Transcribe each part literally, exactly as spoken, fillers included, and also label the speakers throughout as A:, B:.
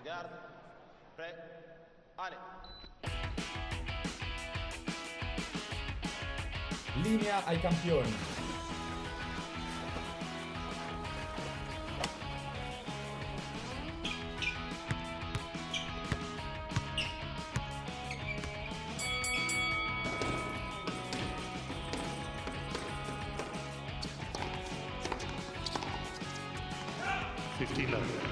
A: Garde, prêt, allez.
B: Linea ai campioni.
C: fifteen love.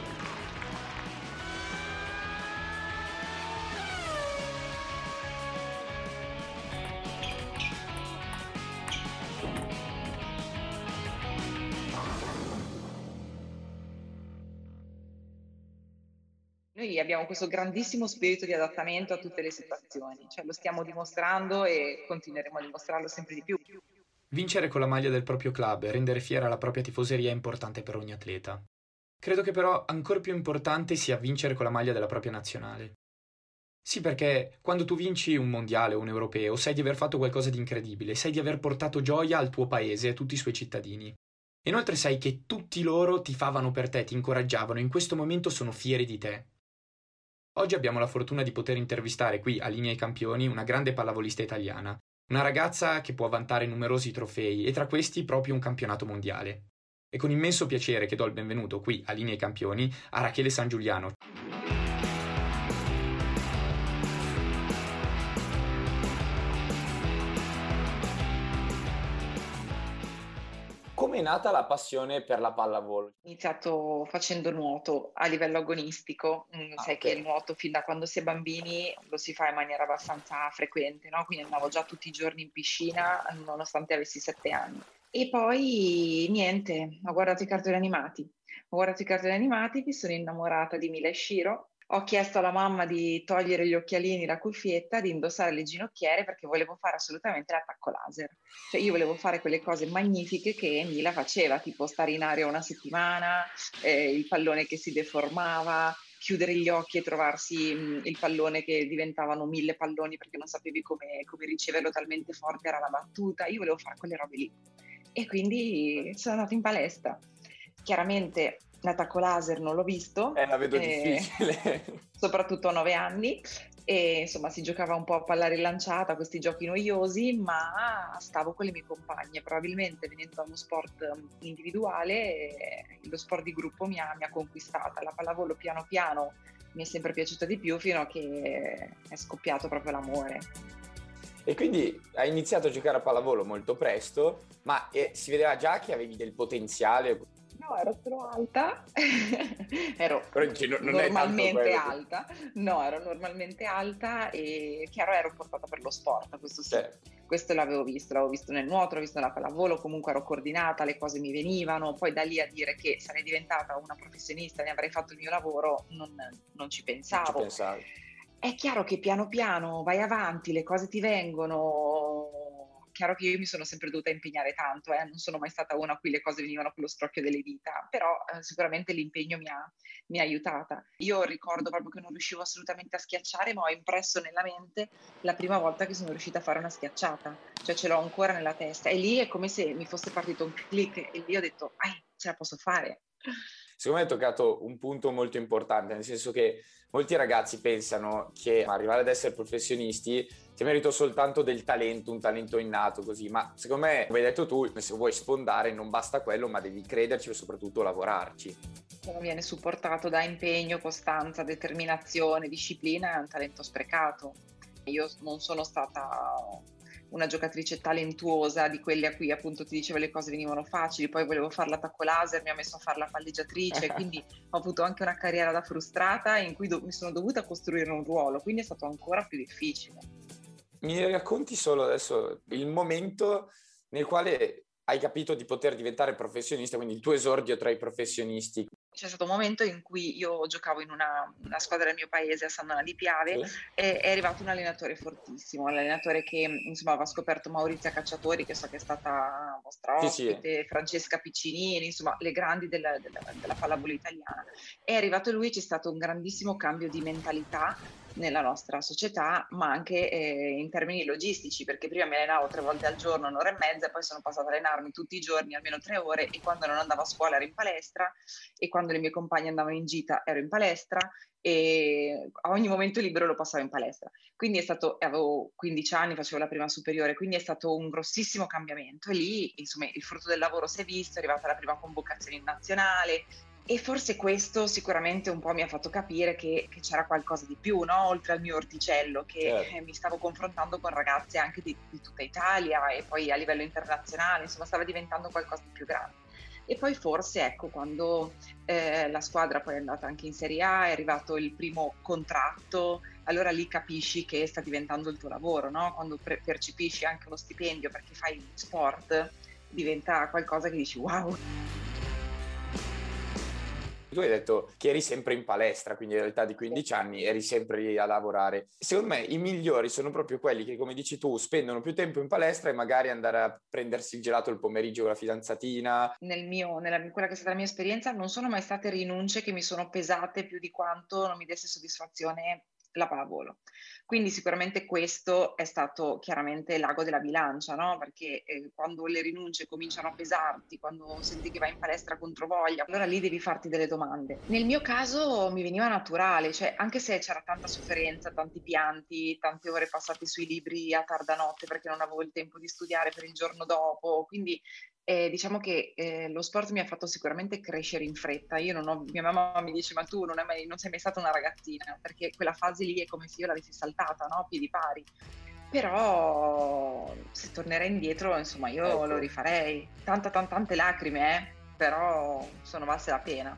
D: Noi abbiamo questo grandissimo spirito di adattamento a tutte le situazioni, cioè lo stiamo dimostrando e continueremo a dimostrarlo sempre di più.
E: Vincere con la maglia del proprio club e rendere fiera la propria tifoseria è importante per ogni atleta. Credo che però ancora più importante sia vincere con la maglia della propria nazionale. Sì, perché quando tu vinci un mondiale o un europeo sai di aver fatto qualcosa di incredibile, sai di aver portato gioia al tuo paese e a tutti i suoi cittadini. Inoltre sai che tutti loro tifavano per te, ti incoraggiavano e in questo momento sono fieri di te. Oggi abbiamo la fortuna di poter intervistare qui a Linea ai Campioni una grande pallavolista italiana, una ragazza che può vantare numerosi trofei e tra questi proprio un campionato mondiale. È con immenso piacere che do il benvenuto qui a Linea ai Campioni a Rachele San Giuliano.
F: Come è nata la passione per la pallavolo?
D: Ho iniziato facendo nuoto a livello agonistico, mm,
F: Ah,
D: sai
F: ok.
D: che il nuoto fin da quando si è bambini lo si fa in maniera abbastanza frequente, no? Quindi andavo già tutti i giorni in piscina nonostante avessi sette anni. E poi niente, ho guardato i cartoni animati, ho guardato i cartoni animati, mi sono innamorata di Mila e Shiro. Ho chiesto alla mamma di togliere gli occhialini, la cuffietta, di indossare le ginocchiere perché volevo fare assolutamente l'attacco laser. Cioè io volevo fare quelle cose magnifiche che Mila faceva, tipo stare in aria una settimana, eh, il pallone che si deformava, chiudere gli occhi e trovarsi mh, il pallone che diventavano mille palloni perché non sapevi come, come riceverlo, talmente forte era la battuta. Io volevo fare quelle robe lì. E quindi sono andata in palestra. Chiaramente l'attacco laser non l'ho visto,
F: Eh, la vedo
D: eh,
F: difficile.
D: soprattutto a nove anni, e insomma si giocava un po' a palla rilanciata, questi giochi noiosi, ma stavo con le mie compagne. Probabilmente venendo da uno sport um, individuale, eh, lo sport di gruppo mi ha, mi ha conquistata. La pallavolo piano piano mi è sempre piaciuta di più fino a che è scoppiato proprio l'amore.
F: E quindi hai iniziato a giocare a pallavolo molto presto, ma eh, si vedeva già che avevi del potenziale.
D: No, ero solo alta, ero
F: Però, cioè, no- non è tanto
D: normalmente
F: quello.
D: alta, no, ero normalmente alta e chiaro ero portata per lo sport, questo sì,
F: Cioè,
D: questo l'avevo visto, l'avevo visto nel nuoto, l'avevo visto nella pallavolo, comunque ero coordinata, le cose mi venivano, poi da lì a dire che sarei diventata una professionista, ne avrei fatto il mio lavoro, non, non ci
F: non ci
D: pensavo.
F: pensavi.
D: È chiaro che piano piano vai avanti, le cose ti vengono. Chiaro che io mi sono sempre dovuta impegnare tanto, eh? Non sono mai stata una a cui le cose venivano con lo scrocchio delle dita, però eh, sicuramente l'impegno mi ha, mi ha aiutata. Io ricordo proprio che non riuscivo assolutamente a schiacciare, ma ho impresso nella mente la prima volta che sono riuscita a fare una schiacciata, cioè ce l'ho ancora nella testa e lì è come se mi fosse partito un click e lì ho detto, ah, ce la posso fare.
F: Secondo me hai toccato un punto molto importante, nel senso che molti ragazzi pensano che arrivare ad essere professionisti ti merito soltanto del talento, un talento innato così, ma secondo me, come hai detto tu, se vuoi sfondare non basta quello, ma devi crederci e soprattutto lavorarci.
D: Se non viene supportato da impegno, costanza, determinazione, disciplina, è un talento sprecato. Io non sono stata una giocatrice talentuosa di quelle a cui appunto ti dicevo le cose venivano facili, poi volevo fare l'attacco laser, mi ha messo a fare la palleggiatrice, quindi ho avuto anche una carriera da frustrata in cui do- mi sono dovuta costruire un ruolo, quindi è stato ancora più difficile.
F: Mi racconti solo adesso il momento nel quale hai capito di poter diventare professionista, quindi il tuo esordio tra i professionisti.
D: C'è stato un momento in cui io giocavo in una, una squadra del mio paese a San Donà di Piave
F: Sì.
D: e è arrivato un allenatore fortissimo, l'allenatore che insomma aveva scoperto Maurizia Cacciatori, che so che è stata vostra
F: Sì, sì.
D: ospite, Francesca Piccinini, insomma le grandi della, della, della pallavolo italiana. È arrivato lui e c'è stato un grandissimo cambio di mentalità nella nostra società, ma anche eh, in termini logistici, perché prima mi allenavo tre volte al giorno, un'ora e mezza, e poi sono passata ad allenarmi tutti i giorni almeno tre ore, e quando non andavo a scuola ero in palestra, e quando le mie compagne andavano in gita ero in palestra, e a ogni momento libero lo passavo in palestra. Quindi è stato, avevo quindici anni, facevo la prima superiore, quindi è stato un grossissimo cambiamento, e lì insomma il frutto del lavoro si è visto, è arrivata la prima convocazione in nazionale, e forse questo sicuramente un po' mi ha fatto capire che, che c'era qualcosa di più, no? Oltre al mio orticello, che
F: Certo.
D: eh, mi stavo confrontando con ragazze anche di, di tutta Italia, e poi a livello internazionale, insomma stava diventando qualcosa di più grande. E poi forse, ecco, quando eh, la squadra poi è andata anche in Serie A, è arrivato il primo contratto, allora lì capisci che sta diventando il tuo lavoro, no? Quando pre- percepisci anche uno stipendio perché fai sport, diventa qualcosa che dici wow.
F: Tu hai detto che eri sempre in palestra, quindi all'età di quindici anni eri sempre lì a lavorare. Secondo me i migliori sono proprio quelli che, come dici tu, spendono più tempo in palestra e magari andare a prendersi il gelato il pomeriggio con la fidanzatina.
D: Nel mio, nella, quella che è stata la mia esperienza, non sono mai state rinunce che mi sono pesate più di quanto non mi desse soddisfazione la pallavolo. Quindi sicuramente questo è stato chiaramente l'ago della bilancia, no? Perché eh, quando le rinunce cominciano a pesarti, quando senti che vai in palestra contro voglia, allora lì devi farti delle domande. Nel mio caso mi veniva naturale, cioè anche se c'era tanta sofferenza, tanti pianti, tante ore passate sui libri a tarda notte perché non avevo il tempo di studiare per il giorno dopo, quindi Eh, diciamo che eh, lo sport mi ha fatto sicuramente crescere in fretta. Io non ho, mia mamma mi dice: ma tu non, è mai, non sei mai stata una ragazzina, perché quella fase lì è come se io l'avessi saltata, no? A piedi pari. Però se tornerei indietro, insomma, io
F: Ecco.
D: lo rifarei. Tanta, tanta, tante lacrime, eh? Però sono valse la pena.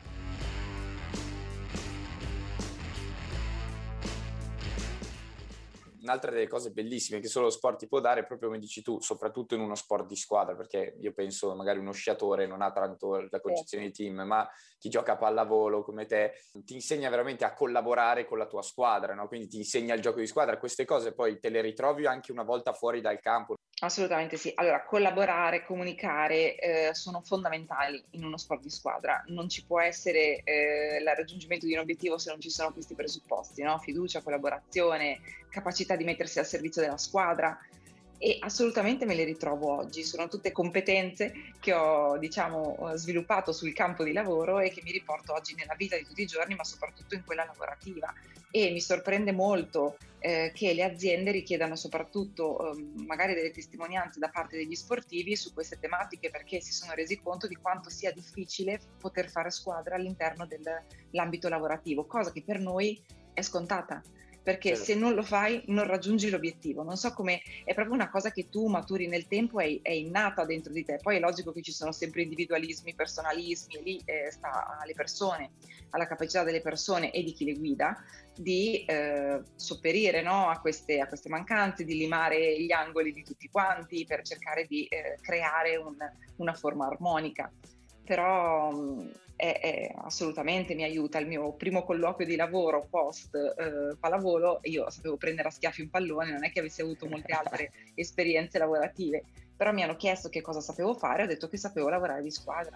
F: Un'altra delle cose bellissime che solo lo sport ti può dare è proprio come dici tu, soprattutto in uno sport di squadra, perché io penso magari uno sciatore non ha tanto la concezione di team, ma chi gioca a pallavolo come te ti insegna veramente a collaborare con la tua squadra, no? Quindi ti insegna il gioco di squadra, queste cose poi te le ritrovi anche una volta fuori dal campo.
D: Assolutamente sì. Allora, collaborare, comunicare eh, sono fondamentali in uno sport di squadra. Non ci può essere eh, il raggiungimento di un obiettivo se non ci sono questi presupposti, no? Fiducia, collaborazione, capacità di mettersi al servizio della squadra. E assolutamente me le ritrovo oggi. Sono tutte competenze che ho, diciamo, sviluppato sul campo di lavoro e che mi riporto oggi nella vita di tutti i giorni, ma soprattutto in quella lavorativa. E mi sorprende molto eh, che le aziende richiedano soprattutto eh, magari delle testimonianze da parte degli sportivi su queste tematiche, perché si sono resi conto di quanto sia difficile poter fare squadra all'interno dell'ambito lavorativo, cosa che per noi è scontata. Perché
F: Certo.
D: Se non lo fai non raggiungi l'obiettivo. Non so come, è proprio una cosa che tu maturi nel tempo, è, è innata dentro di te. Poi è logico che ci sono sempre individualismi, personalismi, e lì eh, sta alle persone, alla capacità delle persone e di chi le guida di eh, sopperire, no, a, queste, a queste mancanze, di limare gli angoli di tutti quanti per cercare di eh, creare un, una forma armonica. Però mh, è, è, assolutamente mi aiuta. Il mio primo colloquio di lavoro post eh, pallavolo, io sapevo prendere a schiaffi un pallone, non è che avessi avuto molte altre esperienze lavorative, però mi hanno chiesto che cosa sapevo fare, ho detto che sapevo lavorare di squadra.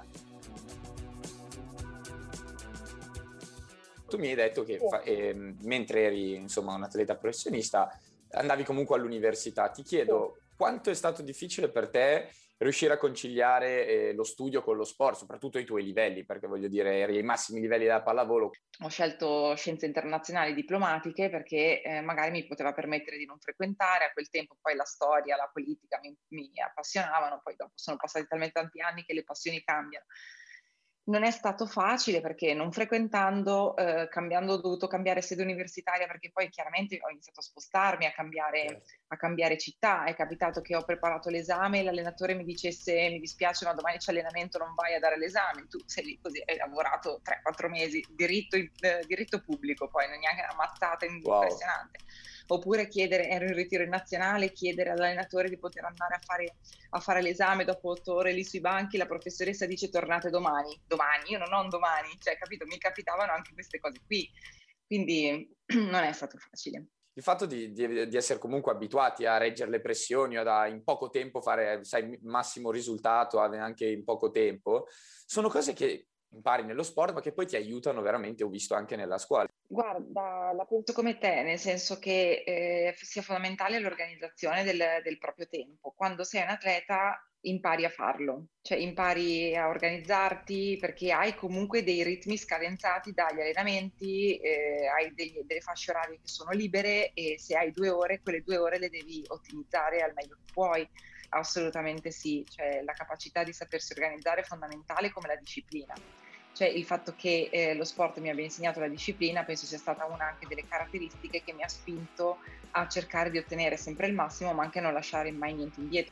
F: Tu mi hai detto che fa, eh, mentre eri insomma un atleta professionista andavi comunque all'università. Ti chiedo quanto è stato difficile per te riuscire a conciliare eh, lo studio con lo sport, soprattutto ai tuoi livelli, perché voglio dire eri ai massimi livelli della pallavolo.
D: Ho scelto scienze internazionali diplomatiche perché eh, magari mi poteva permettere di non frequentare. A quel tempo poi la storia, la politica mi, mi appassionavano, poi dopo sono passati talmente tanti anni che le passioni cambiano. Non è stato facile perché non frequentando, eh, cambiando, ho dovuto cambiare sede universitaria, perché poi chiaramente ho iniziato a spostarmi, a cambiare,
F: Certo.
D: a cambiare città. È capitato che ho preparato l'esame e l'allenatore mi dicesse: mi dispiace ma domani c'è allenamento, non vai a dare l'esame. Tu sei lì così, hai lavorato tre quattro mesi, diritto, eh, diritto pubblico, poi non neanche una mazzata impressionante. Wow. Oppure chiedere, ero in ritiro in nazionale, chiedere all'allenatore di poter andare a fare, a fare l'esame dopo otto ore lì sui banchi, la professoressa dice tornate domani. Domani? Io non ho un domani, cioè capito? Mi capitavano anche queste cose qui, quindi non è stato facile.
F: Il fatto di, di, di essere comunque abituati a reggere le pressioni o da in poco tempo fare, sai, il massimo risultato anche in poco tempo, sono cose che impari nello sport, ma che poi ti aiutano veramente, ho visto anche nella scuola.
D: Guarda, la penso come te, nel senso che eh, sia fondamentale l'organizzazione del, del proprio tempo. Quando sei un atleta impari a farlo, cioè impari a organizzarti perché hai comunque dei ritmi scadenzati dagli allenamenti, eh, hai degli- delle fasce orarie che sono libere e se hai due ore, quelle due ore le devi ottimizzare al meglio che puoi. Assolutamente sì, cioè la capacità di sapersi organizzare è fondamentale come la disciplina. Cioè il fatto che eh, lo sport mi abbia insegnato la disciplina penso sia stata una anche delle caratteristiche che mi ha spinto a cercare di ottenere sempre il massimo, ma anche non lasciare mai niente indietro.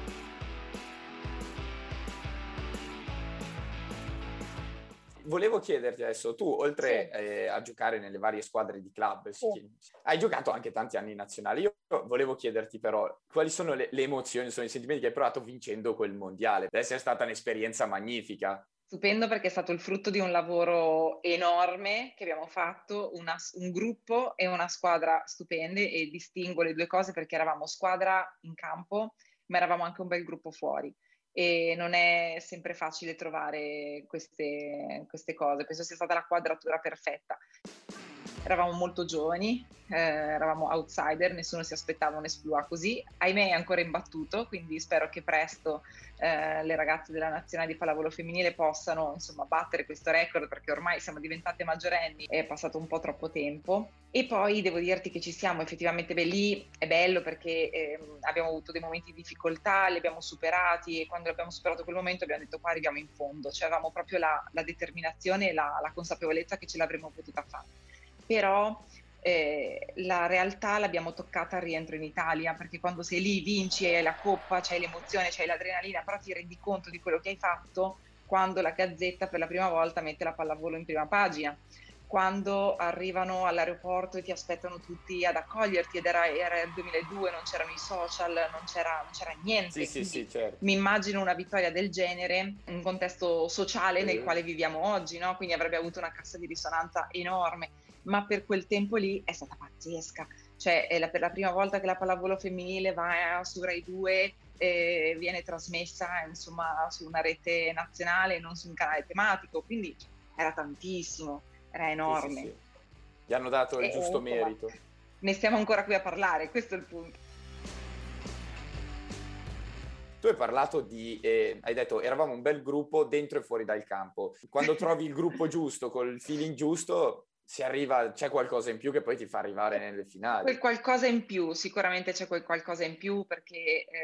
F: Volevo chiederti adesso, tu oltre
D: Sì.
F: eh, a giocare nelle varie squadre di club, si
D: Sì.
F: chiama- hai giocato anche tanti anni in nazionale. Io volevo chiederti però quali sono le, le emozioni, sono i sentimenti che hai provato vincendo quel mondiale. Deve essere stata un'esperienza magnifica.
D: Stupendo perché è stato il frutto di un lavoro enorme che abbiamo fatto, una- un gruppo e una squadra stupende e distingo le due cose perché eravamo squadra in campo, ma eravamo anche un bel gruppo fuori e non è sempre facile trovare queste, queste cose, penso sia stata la quadratura perfetta. Eravamo molto giovani, eh, eravamo outsider, nessuno si aspettava un esploit così, ahimè è ancora imbattuto, quindi spero che presto eh, le ragazze della nazionale di pallavolo femminile possano insomma battere questo record perché ormai siamo diventate maggiorenni, è passato un po' troppo tempo. E poi devo dirti che ci siamo effettivamente, beh, lì è bello perché ehm, abbiamo avuto dei momenti di difficoltà, li abbiamo superati e quando abbiamo superato quel momento abbiamo detto qua arriviamo in fondo, cioè avevamo proprio la, la determinazione e la, la consapevolezza che ce l'avremmo potuta fare. Però eh, la realtà l'abbiamo toccata al rientro in Italia, perché quando sei lì, vinci, hai la coppa, c'hai l'emozione, c'hai l'adrenalina, però ti rendi conto di quello che hai fatto quando la Gazzetta per la prima volta mette la pallavolo in prima pagina, quando arrivano all'aeroporto e ti aspettano tutti ad accoglierti, ed era, era il duemiladue, non c'erano i social, non c'era, non c'era niente.
F: Sì, sì, sì, certo.
D: Mi immagino una vittoria del genere in un contesto sociale nel
F: Sì.
D: quale viviamo oggi, no? Quindi avrebbe avuto una cassa di risonanza enorme, ma per quel tempo lì è stata pazzesca. Cioè è la, per la prima volta che la pallavolo femminile va su Rai due, eh, viene trasmessa insomma su una rete nazionale, non su un canale tematico, quindi era tantissimo, era enorme.
F: Sì, sì, sì. Gli hanno dato il
D: E,
F: giusto
D: insomma,
F: merito.
D: Ne stiamo ancora qui a parlare, questo è il punto.
F: Tu hai parlato di, eh, hai detto eravamo un bel gruppo dentro e fuori dal campo. Quando trovi il gruppo giusto, col feeling giusto, si arriva, c'è qualcosa in più che poi ti fa arrivare nelle finali.
D: Quel qualcosa in più, sicuramente c'è quel qualcosa in più perché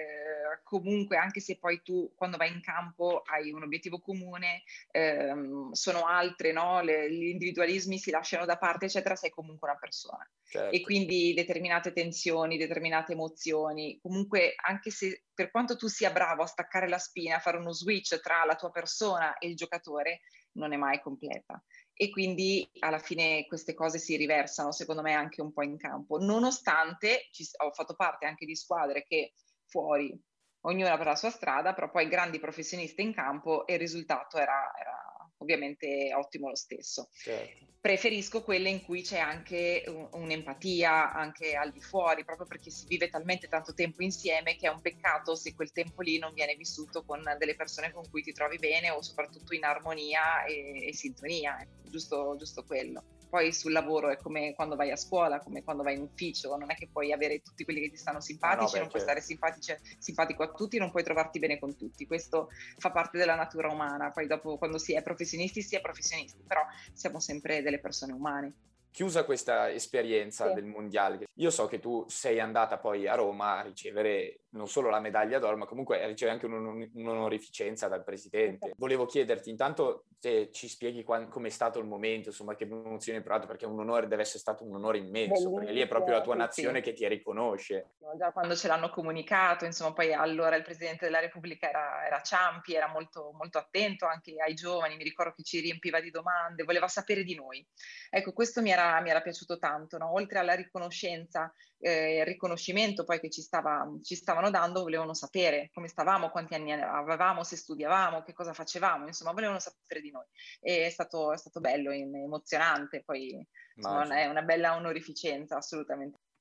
D: eh, comunque anche se poi tu quando vai in campo hai un obiettivo comune, ehm, sono altre, no? Le, gli individualismi si lasciano da parte, eccetera, sei comunque una persona.
F: Certo.
D: E quindi determinate tensioni, determinate emozioni, comunque anche se per quanto tu sia bravo a staccare la spina, a fare uno switch tra la tua persona e il giocatore, non è mai completa. E quindi alla fine queste cose si riversano secondo me anche un po' in campo, nonostante ci, ho fatto parte anche di squadre che fuori, ognuna per la sua strada, però poi grandi professionisti in campo e il risultato era, era ovviamente ottimo lo stesso.
F: Certo.
D: Preferisco quelle in cui c'è anche un, un'empatia anche al di fuori, proprio perché si vive talmente tanto tempo insieme che è un peccato se quel tempo lì non viene vissuto con delle persone con cui ti trovi bene o soprattutto in armonia e, e sintonia, giusto, giusto quello. Poi sul lavoro è come quando vai a scuola, come quando vai in ufficio, non è che puoi avere tutti quelli che ti stanno simpatici,
F: Ah, no, beh,
D: non puoi
F: certo.
D: stare simpatici, simpatico a tutti, non puoi trovarti bene con tutti, questo fa parte della natura umana, poi dopo quando si è professionisti si è professionisti, però siamo sempre delle persone umane.
F: Chiusa questa esperienza
D: Sì.
F: del mondiale, io so che tu sei andata poi a Roma a ricevere non solo la medaglia d'oro, ma comunque a ricevere anche un, un'onorificenza dal presidente. Volevo chiederti intanto se ci spieghi come è stato il momento, insomma, che emozioni hai provato, perché un onore deve essere stato un onore immenso,
D: Bellissimo,
F: perché lì è proprio la tua
D: sì,
F: nazione
D: sì.
F: che ti riconosce.
D: Già quando ce l'hanno comunicato, insomma, poi allora il Presidente della Repubblica era, era Ciampi, era molto, molto attento anche ai giovani, mi ricordo che ci riempiva di domande, voleva sapere di noi. Ecco, questo mi era, mi era piaciuto tanto, no? Oltre alla riconoscenza, eh, il riconoscimento poi che ci, stava, ci stavano dando, volevano sapere come stavamo, quanti anni avevamo, se studiavamo, che cosa facevamo, insomma, volevano sapere di noi. E è stato, è stato bello, emozionante, poi insomma,
F: Immagino.
D: è una bella onorificenza, assolutamente.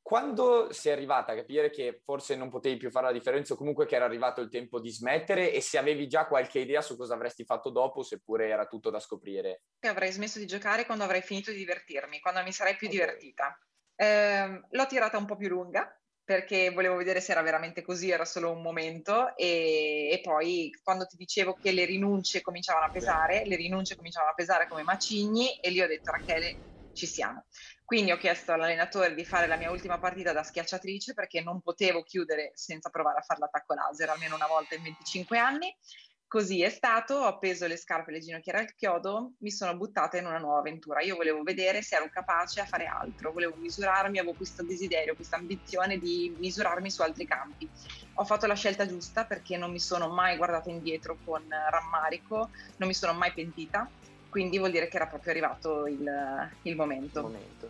F: Quando sei arrivata a capire che forse non potevi più fare la differenza o comunque che era arrivato il tempo di smettere, e se avevi già qualche idea su cosa avresti fatto dopo, seppure era tutto da scoprire?
D: Che avrei smesso di giocare quando avrei finito di divertirmi, quando mi sarei più
F: Ok.
D: divertita. Eh, l'ho tirata un po' più lunga perché volevo vedere se era veramente così, era solo un momento, e, e poi quando ti dicevo che le rinunce cominciavano a pesare, le rinunce cominciavano a pesare come macigni, e lì ho detto: Rachele, ci siamo. Quindi ho chiesto all'allenatore di fare la mia ultima partita da schiacciatrice, perché non potevo chiudere senza provare a fare l'attacco laser almeno una volta in venticinque anni. Così è stato, ho appeso le scarpe e le ginocchiere al chiodo, mi sono buttata in una nuova avventura. Io volevo vedere se ero capace a fare altro, volevo misurarmi, avevo questo desiderio, questa ambizione di misurarmi su altri campi. Ho fatto la scelta giusta perché non mi sono mai guardata indietro con rammarico, non mi sono mai pentita, quindi vuol dire che era proprio arrivato il, il momento.
F: Il momento.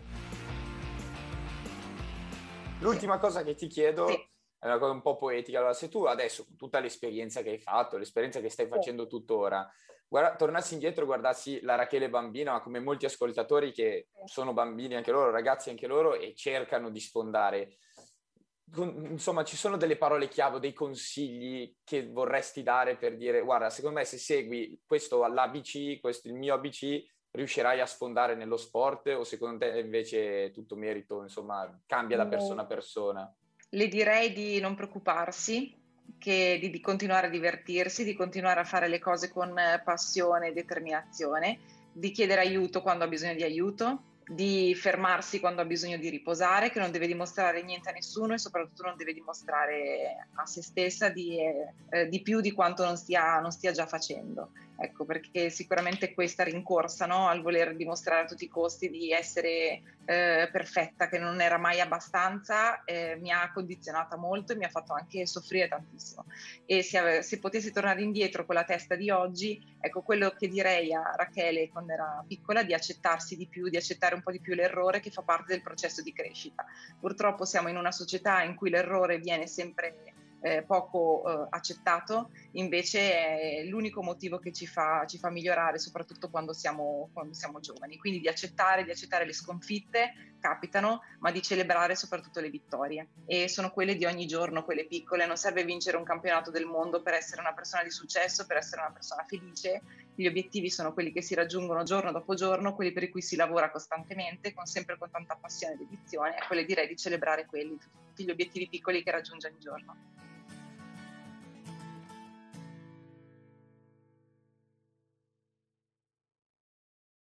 F: L'ultima sì. cosa che ti chiedo... Sì. È una cosa un po' poetica. Allora, se tu adesso, con tutta l'esperienza che hai fatto, l'esperienza che stai facendo tuttora, guarda, tornassi indietro e guardassi la Rachele bambina, ma come molti ascoltatori che sono bambini anche loro, ragazzi anche loro, e cercano di sfondare, insomma, ci sono delle parole chiave, dei consigli che vorresti dare per dire: guarda, secondo me se segui questo all'A B C, questo il mio A B C, riuscirai a sfondare nello sport, o secondo te invece tutto merito, insomma, cambia da persona a persona?
D: Le direi di non preoccuparsi, che di, di continuare a divertirsi, di continuare a fare le cose con passione e determinazione, di chiedere aiuto quando ha bisogno di aiuto, di fermarsi quando ha bisogno di riposare, che non deve dimostrare niente a nessuno e soprattutto non deve dimostrare a se stessa di, eh, di più di quanto non stia, non stia già facendo. Ecco, perché sicuramente questa rincorsa, no, al voler dimostrare a tutti i costi di essere eh, perfetta, che non era mai abbastanza, eh, mi ha condizionata molto e mi ha fatto anche soffrire tantissimo. E se, se potessi tornare indietro con la testa di oggi, ecco, quello che direi a Rachele quando era piccola, di accettarsi di più, di accettare un po' di più l'errore, che fa parte del processo di crescita. Purtroppo siamo in una società in cui l'errore viene sempre Eh, poco eh, accettato, invece è l'unico motivo che ci fa, ci fa migliorare, soprattutto quando siamo, quando siamo giovani. Quindi di accettare, di accettare le sconfitte, capitano, ma di celebrare soprattutto le vittorie, e sono quelle di ogni giorno, quelle piccole. Non serve vincere un campionato del mondo per essere una persona di successo, per essere una persona felice. Gli obiettivi sono quelli che si raggiungono giorno dopo giorno, quelli per cui si lavora costantemente, con sempre con tanta passione e dedizione, e quelle direi di celebrare quelli, tutti gli obiettivi piccoli che raggiunge ogni giorno.